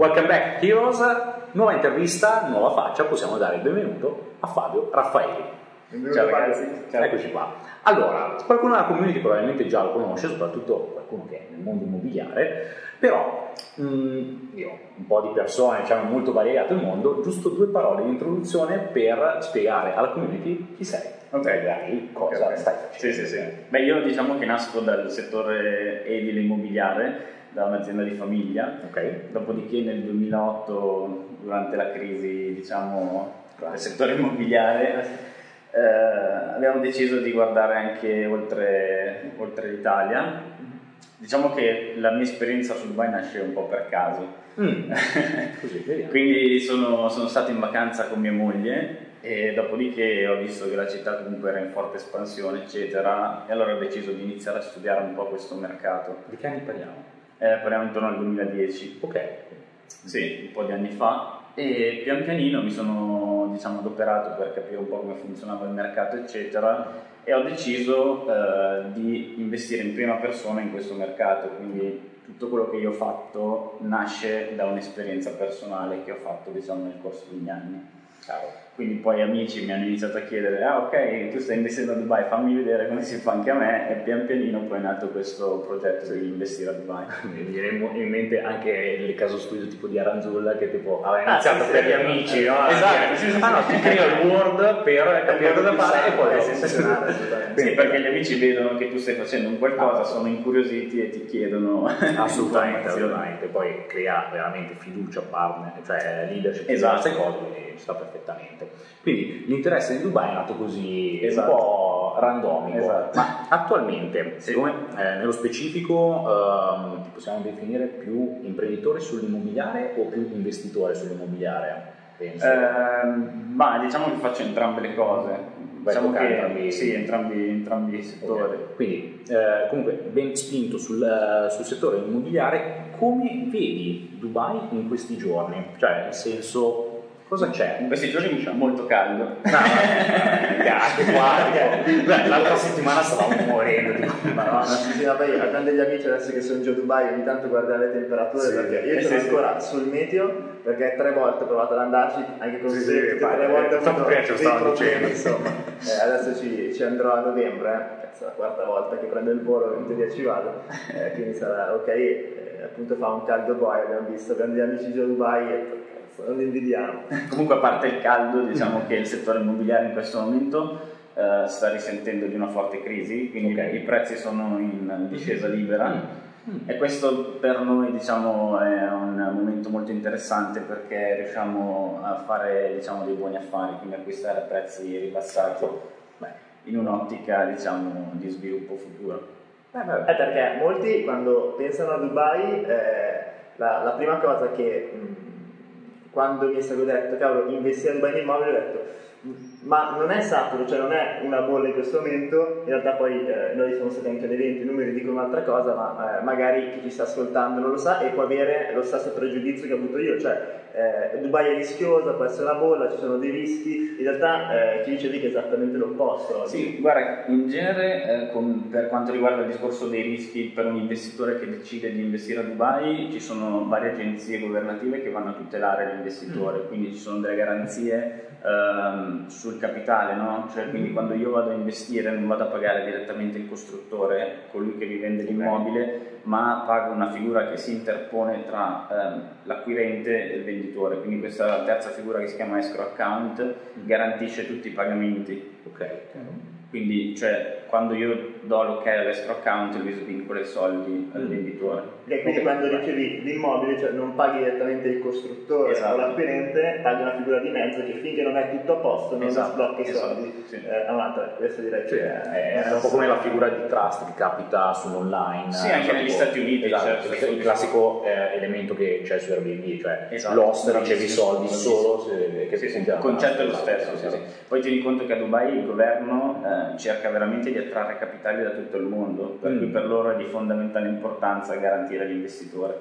Welcome back Heroes, nuova intervista, nuova faccia, possiamo dare il benvenuto a Fabio Raffaeli. Ciao ragazzi, ciao. Eccoci qua. Allora, qualcuno della community probabilmente già lo conosce, soprattutto qualcuno che è nel mondo immobiliare, però io, un po' di persone, diciamo molto variegato il mondo, giusto 2 parole di introduzione per spiegare alla community chi sei. Ok, cosa stai facendo. Sì. Beh, io diciamo che nasco dal settore edile immobiliare, da un'azienda di famiglia. Okay. Dopodiché nel 2008, durante la crisi, diciamo, del settore immobiliare, abbiamo deciso di guardare anche oltre l'Italia. Diciamo che la mia esperienza su Dubai nasce un po' per caso. Così, vediamo. Quindi sono stato in vacanza con mia moglie e dopodiché ho visto che la città comunque era in forte espansione, eccetera, e allora ho deciso di iniziare a studiare un po' questo mercato. Di che anni parliamo? Parliamo intorno al 2010. Ok. Sì, un po' di anni fa, e pian pianino mi sono, diciamo, adoperato per capire un po' come funzionava il mercato, eccetera, e ho deciso di investire in prima persona in questo mercato, quindi tutto quello che io ho fatto nasce da un'esperienza personale che ho fatto, diciamo, nel corso degli anni. Quindi poi amici mi hanno iniziato a chiedere: ah, ok, tu stai investendo a Dubai, fammi vedere come si fa anche a me, e pian pianino poi è nato questo progetto di investire a Dubai. Mi viene in mente anche il caso studio tipo di Aranzulla, che tipo aveva iniziato per gli amici, no? Esatto, sì. No, ti creo il Word per capire cosa fare e poi sì, perché gli amici vedono che tu stai facendo un qualcosa, sono incuriositi e ti chiedono assolutamente, poi crea veramente fiducia, partner, cioè leadership, queste cose, quindi sta perfettamente. Quindi l'interesse di Dubai è nato così, un po' randomico. Ma attualmente, siccome nello specifico ti possiamo definire più imprenditore sull'immobiliare o più investitore sull'immobiliare? Penso. Ma diciamo che faccio entrambe le cose. Diciamo che entrambi i settori. Okay. Quindi comunque ben spinto sul settore immobiliare. Come vedi Dubai in questi giorni? Cioè, nel senso, cosa c'è? In questi giorni molto caldo. Anche qua, l'altra settimana stavamo morendo. Vabbè, io prendo gli amici adesso che sono già a Dubai, ogni tanto guardare le temperature, perché io sono ancora sul meteo, perché 3 volte ho provato ad andarci, anche con 3 volte ho avuto dei problemi, insomma. Adesso ci andrò a novembre, è la 4ª volta che prendo il volo, in teoria ci vado, quindi sarà ok. Appunto fa un caldo boia, abbiamo gli amici già a Dubai e non li invidiamo. Comunque, a parte il caldo, diciamo che il settore immobiliare in questo momento sta risentendo di una forte crisi, quindi i prezzi sono in discesa libera. E questo per noi, diciamo, è un momento molto interessante, perché riusciamo a fare, diciamo, dei buoni affari, quindi acquistare a prezzi ribassati in un'ottica, diciamo, di sviluppo futuro. Perché molti, quando pensano a Dubai, la prima cosa che quando mi è stato detto, cavolo, investire in Dubai in immobili, ho detto ma non è saturo, cioè non è una bolla in questo momento. In realtà poi noi siamo stati anche ad eventi, i numeri dicono un'altra cosa, ma magari chi ci sta ascoltando non lo sa e può avere lo stesso pregiudizio che ho avuto io, cioè Dubai è rischiosa, può essere una bolla, ci sono dei rischi. In realtà chi dice lì che è esattamente l'opposto. Sì, guarda, in genere per quanto riguarda il discorso dei rischi per un investitore che decide di investire a Dubai, ci sono varie agenzie governative che vanno a tutelare l'investitore, quindi ci sono delle garanzie sul capitale, no? Cioè, quindi quando io vado a investire non vado a pagare direttamente il costruttore, colui che mi vende l'immobile, ma pago una figura che si interpone tra l'acquirente e il venditore, quindi questa terza figura che si chiama escrow account garantisce tutti i pagamenti. Quindi, cioè, quando io do l'ok all'escrow account, lui svincola i soldi al venditore. E quindi quando ricevi l'immobile, cioè non paghi direttamente il costruttore o l'acquirente, paghi una figura di mezzo che finché non è tutto a posto non sblocca i soldi. Questo direi che è un po' come la figura di trust che capita sull'online. Sì, anche negli Stati Uniti. Il classico elemento che c'è su Airbnb, cioè l'host ricevi i soldi solo se il concetto è lo stesso. Poi tieni conto che a Dubai il governo cerca veramente di attrarre capitali da tutto il mondo, per cui per loro è di fondamentale importanza garantire l'investitore.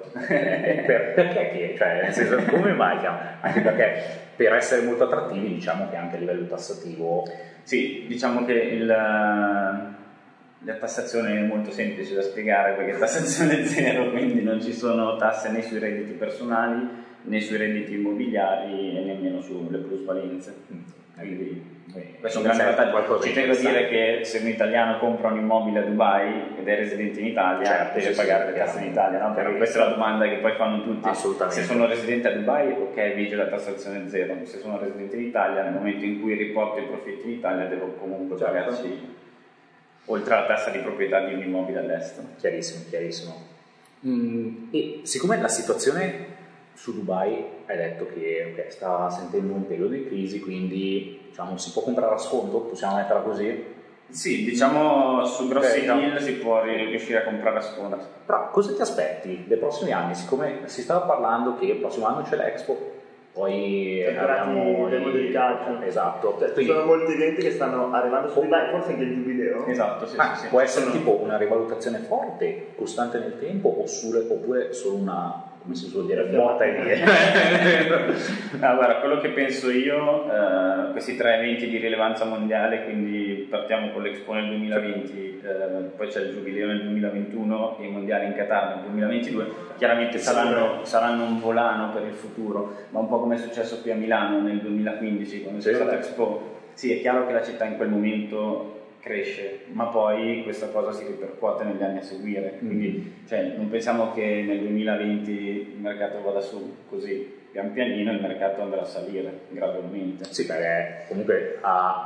Perché? Cioè, nel senso, come mai? Anche perché per essere molto attrattivi, diciamo che anche a livello tassativo. Sì, diciamo che la tassazione è molto semplice da spiegare, perché è tassazione zero, quindi non ci sono tasse né sui redditi personali né sui redditi immobiliari e nemmeno sulle plusvalenze. Quindi questo è un grande vantaggio. Ci tengo a dire che se un italiano compra un immobile a Dubai ed è residente in Italia, deve pagare le tasse in Italia, no? Perché questa è la domanda che poi fanno tutti. Assolutamente. Se sono residente a Dubai, ok, vige la tassazione zero. Se sono residente in Italia, nel momento in cui riporto i profitti in Italia, devo comunque pagarci oltre alla tassa di proprietà di un immobile all'estero. Chiarissimo. E siccome la situazione su Dubai hai detto che sta sentendo un periodo di crisi, quindi diciamo si può comprare a sconto, possiamo metterla così? Sì, diciamo su grossi deal si può riuscire a comprare a sconto. Però cosa ti aspetti dei prossimi anni? Siccome si stava parlando che il prossimo anno c'è l'Expo, poi abbiamo del mondo di calcio. Esatto. Cioè, ci sono molti eventi che stanno arrivando su Dubai, forse anche il Giubileo. Esatto, sì. Può essere tipo una rivalutazione forte, costante nel tempo, oppure solo una, come si suol dire, botta e via. Allora, quello che penso io, questi 3 eventi di rilevanza mondiale, quindi partiamo con l'Expo nel 2020, poi c'è il Giubileo nel 2021 e i mondiali in Qatar nel 2022, chiaramente saranno un volano per il futuro, ma un po' come è successo qui a Milano nel 2015 quando c'è stata Expo. Sì, è chiaro che la città in quel momento cresce, ma poi questa cosa si ripercuote negli anni a seguire, quindi non pensiamo che nel 2020 il mercato vada su così pian pianino, il mercato andrà a salire gradualmente. Sì, perché comunque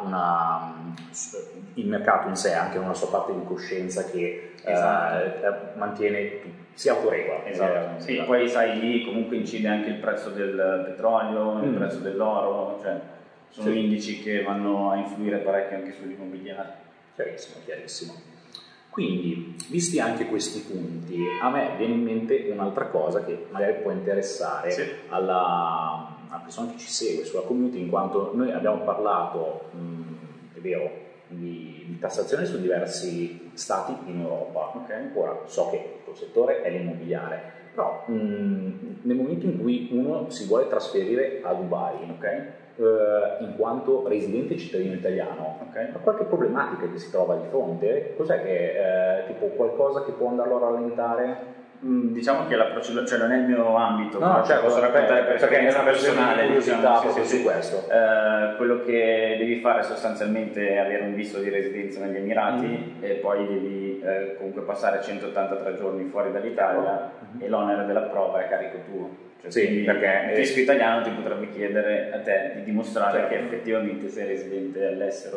il mercato in sé ha anche una sua parte di coscienza che mantiene, si autoregola. Esatto. Sì, poi sai, lì comunque incide anche il prezzo del petrolio, il prezzo dell'oro, sono indici che vanno a influire parecchio anche sull'immobiliare. Chiarissimo. Quindi, visti anche questi punti, a me viene in mente un'altra cosa che magari può interessare alla persona che ci segue sulla community, in quanto noi abbiamo parlato, è vero, di tassazione su diversi stati in Europa. Ora so che il tuo settore è l'immobiliare, però nel momento in cui uno si vuole trasferire a Dubai, in quanto residente cittadino italiano, ha qualche problematica che si trova di fronte? Cos'è che tipo qualcosa che può andarlo a rallentare? Diciamo che la procedura, non è il mio ambito, posso raccontare per esperienza personale, su questo. Quello che devi fare sostanzialmente è avere un visto di residenza negli Emirati e poi devi comunque passare 183 giorni fuori dall'Italia e l'onere della prova è a carico tuo. Perché il fisco italiano ti potrebbe chiedere a te di dimostrare che effettivamente sei residente all'estero.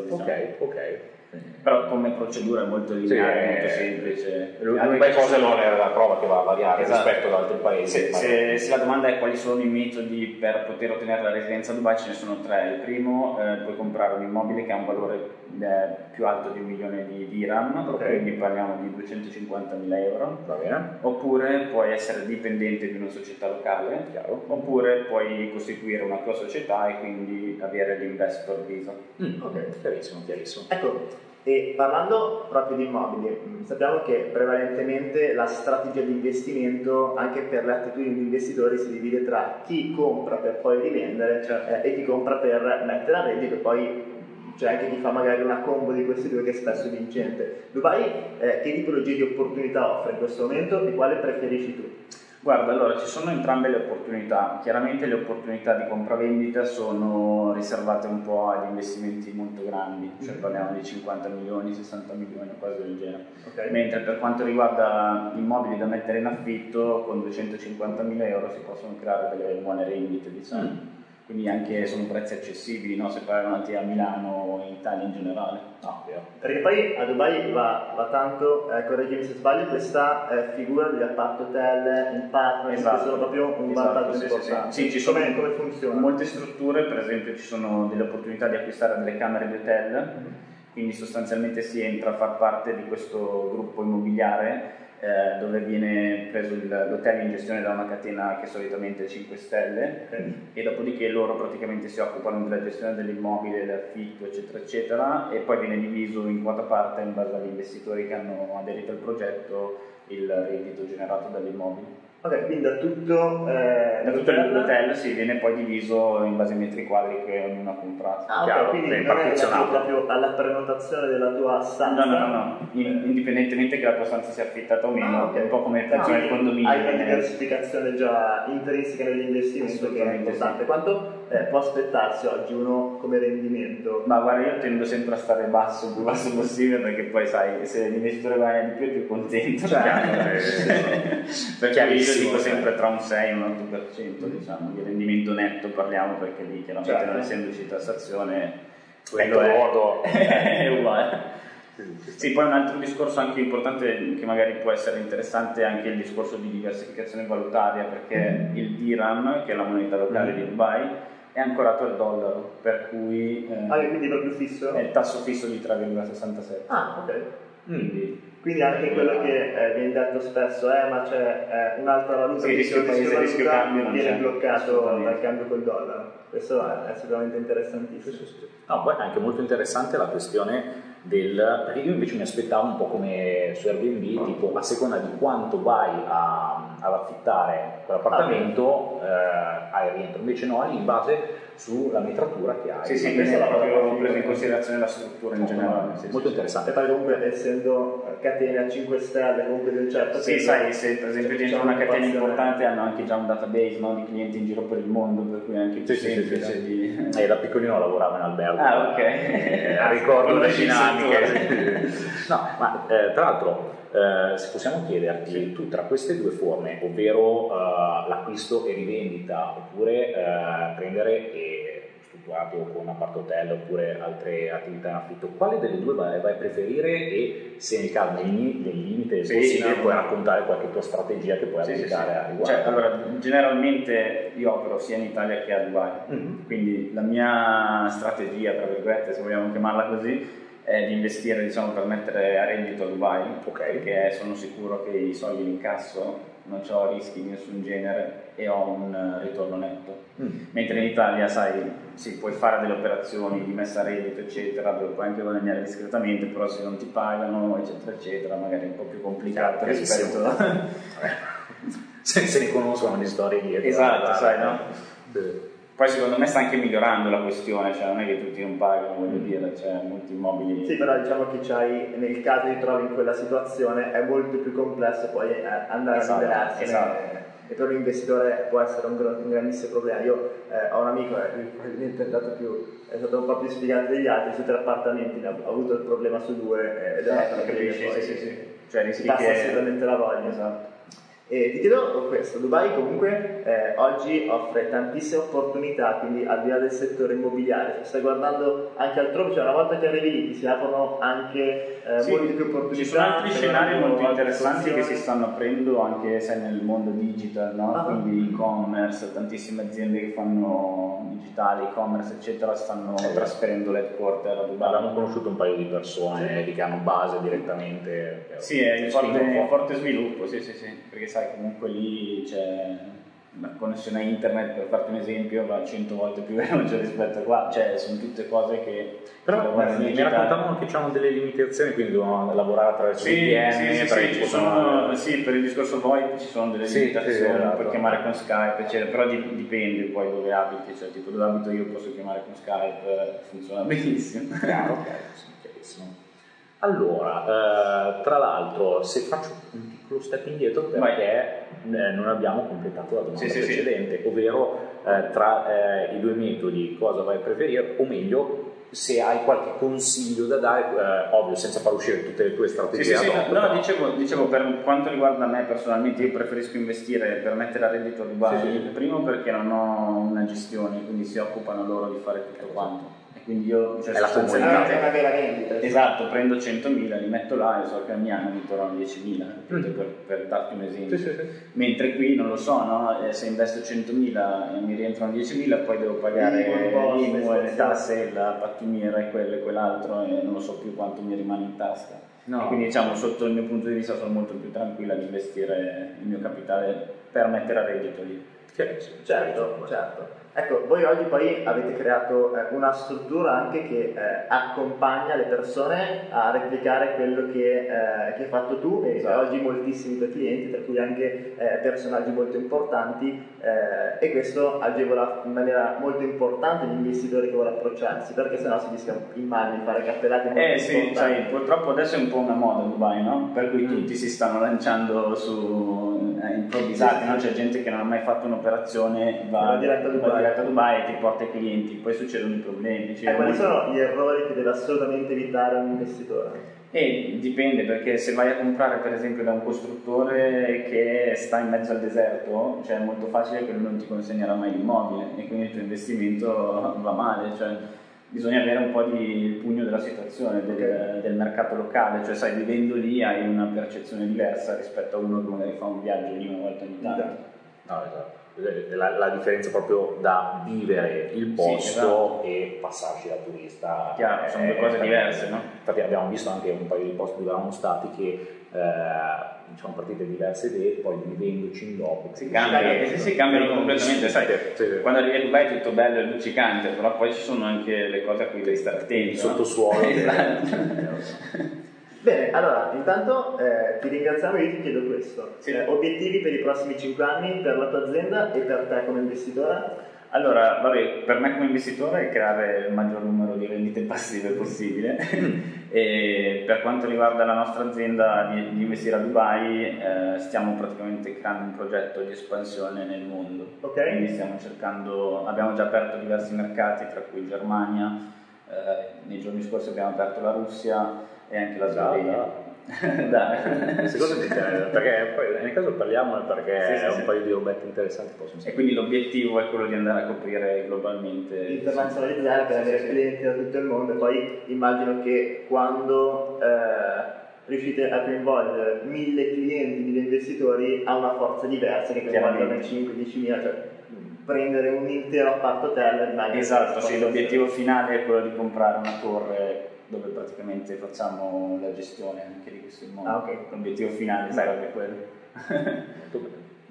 Però come procedura è molto lineare, molto semplice. L'unica cosa è l'onere della prova che va a variare rispetto ad altri paesi. Se la domanda è quali sono i metodi per poter ottenere la residenza a Dubai, ce ne sono 3. Il primo, puoi comprare un immobile che ha un valore più alto di 1 milione di dirham, quindi parliamo di 250.000 euro. Va bene. Oppure puoi essere dipendente di una società locale, oppure puoi costituire una tua società e quindi avere l'investor visa. Chiarissimo. Ecco, e parlando proprio di immobili, sappiamo che prevalentemente la strategia di investimento anche per le attitudini di investitori si divide tra chi compra per poi rivendere e chi compra per mettere a reddito, e poi c'è anche chi fa magari una combo di questi due che è spesso vincente. Dubai che tipologia di opportunità offre in questo momento e quale preferisci tu? Guarda, allora ci sono entrambe le opportunità. Chiaramente le opportunità di compravendita sono riservate un po' agli investimenti molto grandi, parliamo di 50 milioni, 60 milioni, cose del genere. Mentre per quanto riguarda immobili da mettere in affitto, con 250.000 euro si possono creare delle buone rendite, diciamo. Quindi anche sono prezzi accessibili, no? Se paragonati a Milano o in Italia in generale. Perché poi a Dubai va tanto, correggimi se sbaglio, questa figura degli appart-hotel in partner, che sono proprio un vantaggio importante. Sì, ci sono come funziona? Molte strutture, per esempio ci sono delle opportunità di acquistare delle camere di hotel, quindi sostanzialmente si entra a far parte di questo gruppo immobiliare dove viene preso l'hotel in gestione da una catena che solitamente è 5 stelle e dopodiché loro praticamente si occupano della gestione dell'immobile, dell'affitto eccetera e poi viene diviso in quota parte in base agli investitori che hanno aderito al progetto il reddito generato dall'immobile. Ok, quindi da tutto l'hotel si viene poi diviso in base ai metri quadri che ognuno ha comprato. Ah, ok, quindi non è legato proprio alla prenotazione della tua stanza? No. Indipendentemente che la tua stanza sia affittata o meno, è un po' come funziona il condominio. Hai una diversificazione già intrinseca nell'investimento che è importante. Sì. Quanto può aspettarsi oggi uno come rendimento? Ma guarda, io tendo sempre a stare più basso possibile, perché poi sai, se l'investitore guadagna di più è più contento. Perché io dico sempre tra un 6 e un 8%, diciamo, di rendimento netto parliamo, perché lì chiaramente non essendoci tassazione, quello è uguale. Sì, poi un altro discorso anche importante che magari può essere interessante è anche il discorso di diversificazione valutaria, perché il dirham, che è la moneta locale di Dubai, è ancorato al dollaro, per cui quindi proprio fisso? È il tasso fisso di 3,67. Ah, ok. Quindi anche quello che viene detto spesso ma c'è un'altra valuta che rischio cambio viene bloccato dal cambio col dollaro. Questo è sicuramente interessantissimo. No, poi è anche molto interessante la questione perché io invece mi aspettavo un po' come su Airbnb, tipo a seconda di quanto vai ad affittare quell'appartamento hai il rientro, invece no, in base sulla metratura che hai. Sì, questo l'ho proprio preso in considerazione la struttura in generale. Molto interessante. Poi comunque essendo catene a 5 stelle comunque del certo. Sì, sai, se per esempio dentro una catena importante hanno anche già un database, no, di clienti in giro per il mondo, per cui è anche più semplice di... da piccolino lavoravo in albergo. Ah, ok. Ricordo le dinamiche. No, ma tra l'altro se possiamo chiederti, tu tra queste due forme, ovvero l'acquisto e rivendita, oppure prendere e strutturato con appart hotel oppure altre attività in affitto, quale delle due vai a preferire, e se nel caso nel limite del possibile puoi raccontare qualche tua strategia che puoi applicare a riguardo? Cioè, allora, generalmente io opero sia in Italia che a Dubai, quindi la mia strategia, tra virgolette, se vogliamo chiamarla così, è di investire, diciamo, per mettere a reddito a Dubai, perché sono sicuro che i soldi in incasso non ho rischi di nessun genere e ho un ritorno netto. Mentre in Italia, sai, sì, puoi fare delle operazioni di messa a reddito eccetera, dove puoi anche guadagnare discretamente, però se non ti pagano eccetera eccetera magari è un po' più complicato rispetto a... se ne conoscono le storie dietro. Esatto, sai, no? Poi secondo me sta anche migliorando la questione, cioè non è che tutti non pagano, voglio dire, cioè molti immobili... Sì, però diciamo che nel caso ti trovi in quella situazione è molto più complesso poi andare a liberarsene. E per un investitore può essere un grandissimo problema. Io ho un amico probabilmente è stato un po' più spiegato degli altri, su 3 appartamenti ha avuto il problema su 2 ed è andato a capire sì. Cioè rischi passa assolutamente la voglia. Esatto. E ti chiedo questo, Dubai comunque oggi offre tantissime opportunità, quindi al di là del settore immobiliare, se stai guardando anche altrove, cioè una volta che arrivi lì ti si aprono anche molte più opportunità. Ci sono altri scenari molto interessanti che si stanno aprendo anche nel mondo digital, no? Quindi e-commerce, tantissime aziende che fanno digitale, e-commerce eccetera stanno trasferendo l'headquarter a Dubai. Abbiamo conosciuto un paio di persone che hanno base direttamente. Sì, è in forte sviluppo, sì, perché sai comunque lì c'è la connessione a internet, per farti un esempio, va 100 volte più veloce rispetto a qua, cioè sono tutte cose che... Però mi raccontavano che c'hanno delle limitazioni, quindi devono lavorare attraverso VPN. Sì, per il discorso VoIP ci sono delle limitazioni, puoi chiamare con Skype, eccetera, però dipende poi dove abiti, cioè tipo dove abito io posso chiamare con Skype, funziona benissimo. Chiarissimo. Allora, tra l'altro, se faccio un piccolo step indietro perché non abbiamo completato la domanda precedente, ovvero tra i due metodi cosa vai a preferire, o meglio se hai qualche consiglio da dare, ovvio senza far uscire tutte le tue strategie. Dicevo per quanto riguarda me personalmente, io preferisco investire per mettere a reddito a Dubai, primo perché non ho una gestione, quindi si occupano loro di fare tutto quanto. Quindi io è una vera vendita. Esatto, prendo 100.000, li metto là e so che ogni anno mi tornano 10.000, per darti un esempio. Mentre qui non lo so, no? Se investo 100.000 e mi rientrano 10.000, poi devo pagare l'IMU e le tasse, la pattumiera e quello e quell'altro, e non lo so più quanto mi rimane in tasca. E quindi diciamo sotto il mio punto di vista sono molto più tranquilla di investire il mio capitale per mettere a reddito lì. Certo. Ecco, voi oggi poi avete creato una struttura anche che accompagna le persone a replicare quello che hai fatto tu e oggi moltissimi tuoi clienti, tra cui anche personaggi molto importanti, e questo agevola in maniera molto importante gli investitori che vogliono approcciarsi, perché sennò si rischia in mano di fare cappellati molto sì, importanti. purtroppo adesso è un po' una moda Dubai, no? Per cui tutti si stanno lanciando su improvvisati, no? C'è gente che non ha mai fatto un'operazione, va diretto a Dubai e ti porta i clienti, poi succedono i problemi. Quali sono gli errori che deve assolutamente evitare un investitore? Dipende, perché se vai a comprare per esempio da un costruttore che sta in mezzo al deserto, cioè è molto facile che lui non ti consegnerà mai l'immobile e quindi il tuo investimento va male, cioè bisogna avere un po' di pugno della situazione, del mercato locale, cioè sai, vivendo lì hai una percezione diversa rispetto a uno che magari fa un viaggio lì una volta ogni tanto. No, esatto. La differenza proprio da vivere il posto e passarci da turista. Chiaro, sono due cose diverse, no? Infatti abbiamo visto anche un paio di posti dove eravamo stati che diciamo partite diverse idee, poi vivendoci in dopo si cambiano completamente, sai, quando arrivi a Dubai è tutto bello e luccicante, però poi ci sono anche le cose a cui devi stare attenti, il sottosuolo. Esatto. Bene, allora, intanto ti ringraziamo e io ti chiedo questo. Obiettivi per i prossimi 5 anni per la tua azienda e per te come investitore? Allora, vabbè, per me come investitore è creare il maggior numero di rendite passive possibile e per quanto riguarda la nostra azienda di investire a Dubai stiamo praticamente creando un progetto di espansione nel mondo. Quindi stiamo cercando, abbiamo già aperto diversi mercati, tra cui Germania, nei giorni scorsi abbiamo aperto la Russia e anche la Slovenia. Secondo me perché poi nel caso parliamone perché un paio di robetti interessanti possono e quindi l'obiettivo è quello di andare a coprire globalmente, internazionalizzare per avere clienti da tutto il mondo. E poi immagino che quando riuscite a coinvolgere 1000 clienti, 1000 investitori ha una forza diversa che coinvolgerne 5-10.000, cioè prendere un intero appart hotel. Esatto, sì, l'obiettivo finale è quello di comprare una torre dove praticamente facciamo la gestione anche di questo immobile. L'obiettivo finale sarebbe quello.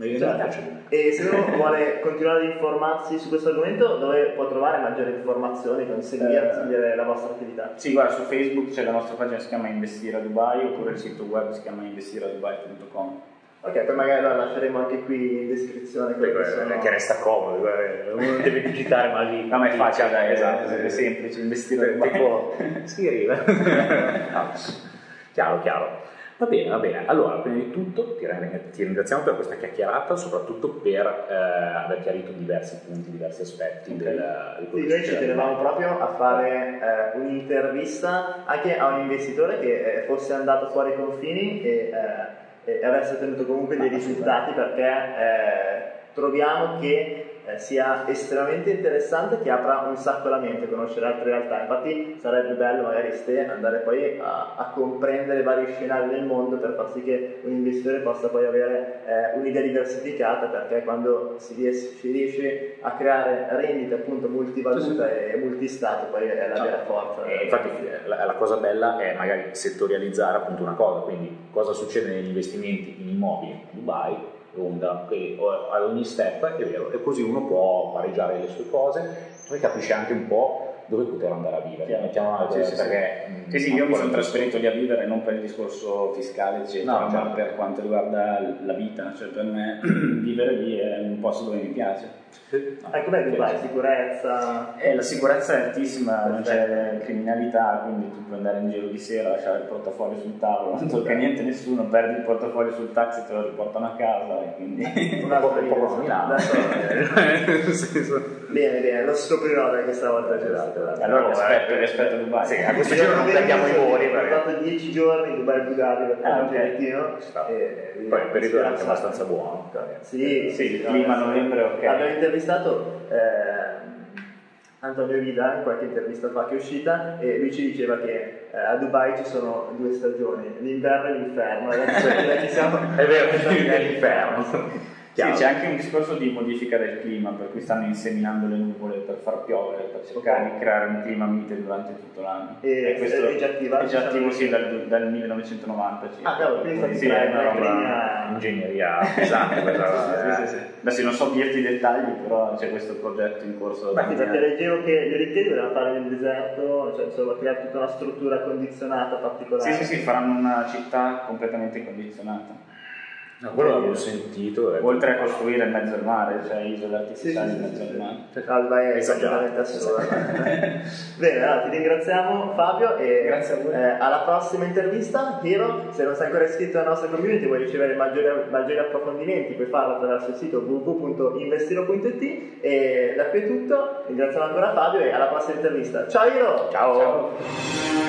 E se uno vuole continuare ad informarsi su questo argomento, dove può trovare maggiori informazioni, seguire la vostra attività? Sì, guarda, su Facebook c'è la nostra pagina che si chiama Investire a Dubai, oppure il sito web si chiama investireadubai.com. Ok, poi magari la lasceremo anche qui in descrizione. Che resta comodo, uno deve digitare ma lì. No, ma è facile, dai, esatto, è semplice, investire tipo Siri. Chiaro. Va bene. Allora, prima di tutto ti ringraziamo per questa chiacchierata, soprattutto per aver chiarito diversi punti, diversi aspetti di quello noi ci tenevamo proprio a fare un'intervista anche a un investitore che fosse andato fuori confini e avesse ottenuto comunque dei risultati, perché troviamo che sia estremamente interessante, che apra un sacco la mente conoscere altre realtà. Infatti sarebbe bello magari andare poi a comprendere vari scenari del mondo per far sì che un investitore possa poi avere un'idea diversificata, perché quando si riesce a creare rendite appunto multivaluta e multistato poi è la vera forza. Infatti la cosa bella è magari settorializzare appunto una cosa, quindi cosa succede negli investimenti in immobili a Dubai, Londra, ad ogni step è vero, e così uno può pareggiare le sue cose, poi capisce anche un po' dove poter andare a vivere. Sì, io mi sono trasferito lì a vivere non per il discorso fiscale eccetera, ma per quanto riguarda la vita, cioè per me vivere lì è un posto dove mi piace. Com'è Dubai? Sicurezza? La sicurezza è altissima, non c'è criminalità, quindi tu puoi andare in giro di sera, lasciare il portafoglio sul tavolo, non tocca niente a nessuno, perdi il portafoglio sul taxi, te lo riportano a casa e quindi una volta a Milano. Bene, lo scoprirò da questa volta. Allora vi aspetto a Dubai. Sì, a questo giro non tagliamo i voli. Ho fatto 10 giorni in Dubai Abu Dhabi per fare un girettino. Poi il periodo è anche abbastanza buono. Sì, il clima a novembre ok. Abbiamo intervistato Antonio Vida in qualche intervista fa che è uscita, e lui ci diceva che a Dubai ci sono 2 stagioni, l'inverno e l'inferno. Adesso ci siamo. È vero, è l'inferno. Chiaro. Sì, c'è anche un discorso di modifica del clima, per cui stanno inseminando le nuvole per far piovere, per cercare di creare un clima mite durante tutto l'anno. E questo è già attiva? È già attivo, sì, dal 1990. Ah, cavolo, quindi sì, è una Una ingegneria pesante quella. sì. Adesso non so dirti i dettagli, però c'è questo progetto in corso. Ma perché leggevo che gli orecchieri volevano fare nel deserto, cioè insomma creare tutta una struttura condizionata particolare. Sì, faranno una città completamente condizionata. No, quello l'avevo sentito. Oltre a costruire in mezzo al mare, cioè isole artificiali in mezzo al mare. Alba è esattamente assurda. Bene, allora ti ringraziamo Fabio e grazie a voi. Alla prossima intervista. Hiro, se non sei ancora iscritto alla nostra community vuoi ricevere maggiori approfondimenti, puoi farlo attraverso il sito www.investiro.it e da qui è tutto. Ringraziamo ancora Fabio e alla prossima intervista. Ciao Hiro! Ciao.